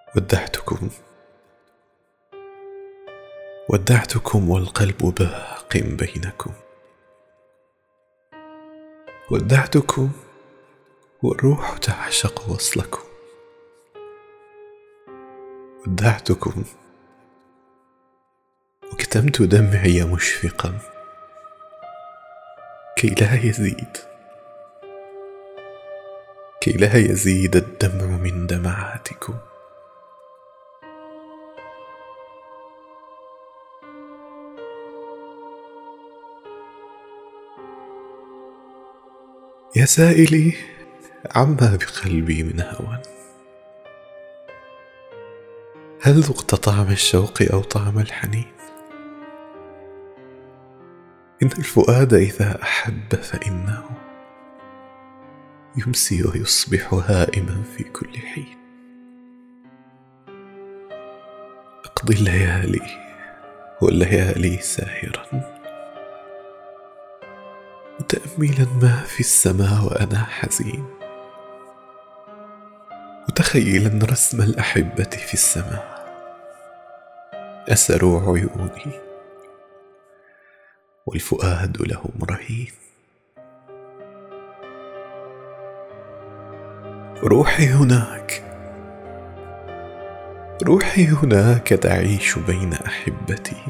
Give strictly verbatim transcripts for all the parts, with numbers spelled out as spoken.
ودعتكم ودعتكم والقلب باق بينكم. ودعتكم والروح تعشق وصلكم. ودعتكم وكتمت دمعي مشفقا كي لا يزيد كي لا يزيد الدمع من دمعاتكم. يا سائلي عما بقلبي من هوى، هل ذقت طعم الشوق أو طعم الحنين؟ إن الفؤاد إذا أحب فإنه يمسي ويصبح هائما في كل حين. أقضي الليالي والليالي ساهرا متأملا ما في السماء وأنا حزين، متخيلا رسم الأحبة في السماء. أسروا عيوني والفؤاد لهم رهين. روحي هناك روحي هناك تعيش بين أحبتي،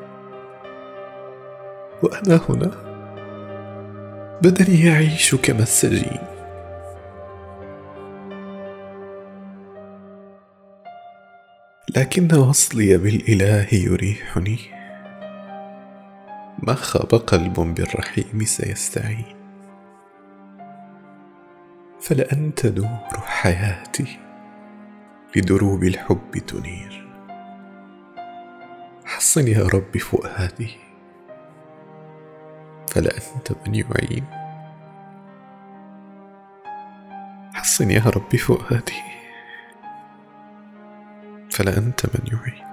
وأنا هنا بدني يعيش كما السجين. لكن وصلي بالإله يريحني، ما خاب قلب بالرحيم سيستعين. فلأنت نور حياتي لدروب الحب تنير. حصن يا رب فؤادي، فلأنت من يعين. حصن يا رب فؤادي، فلأنت من يعين.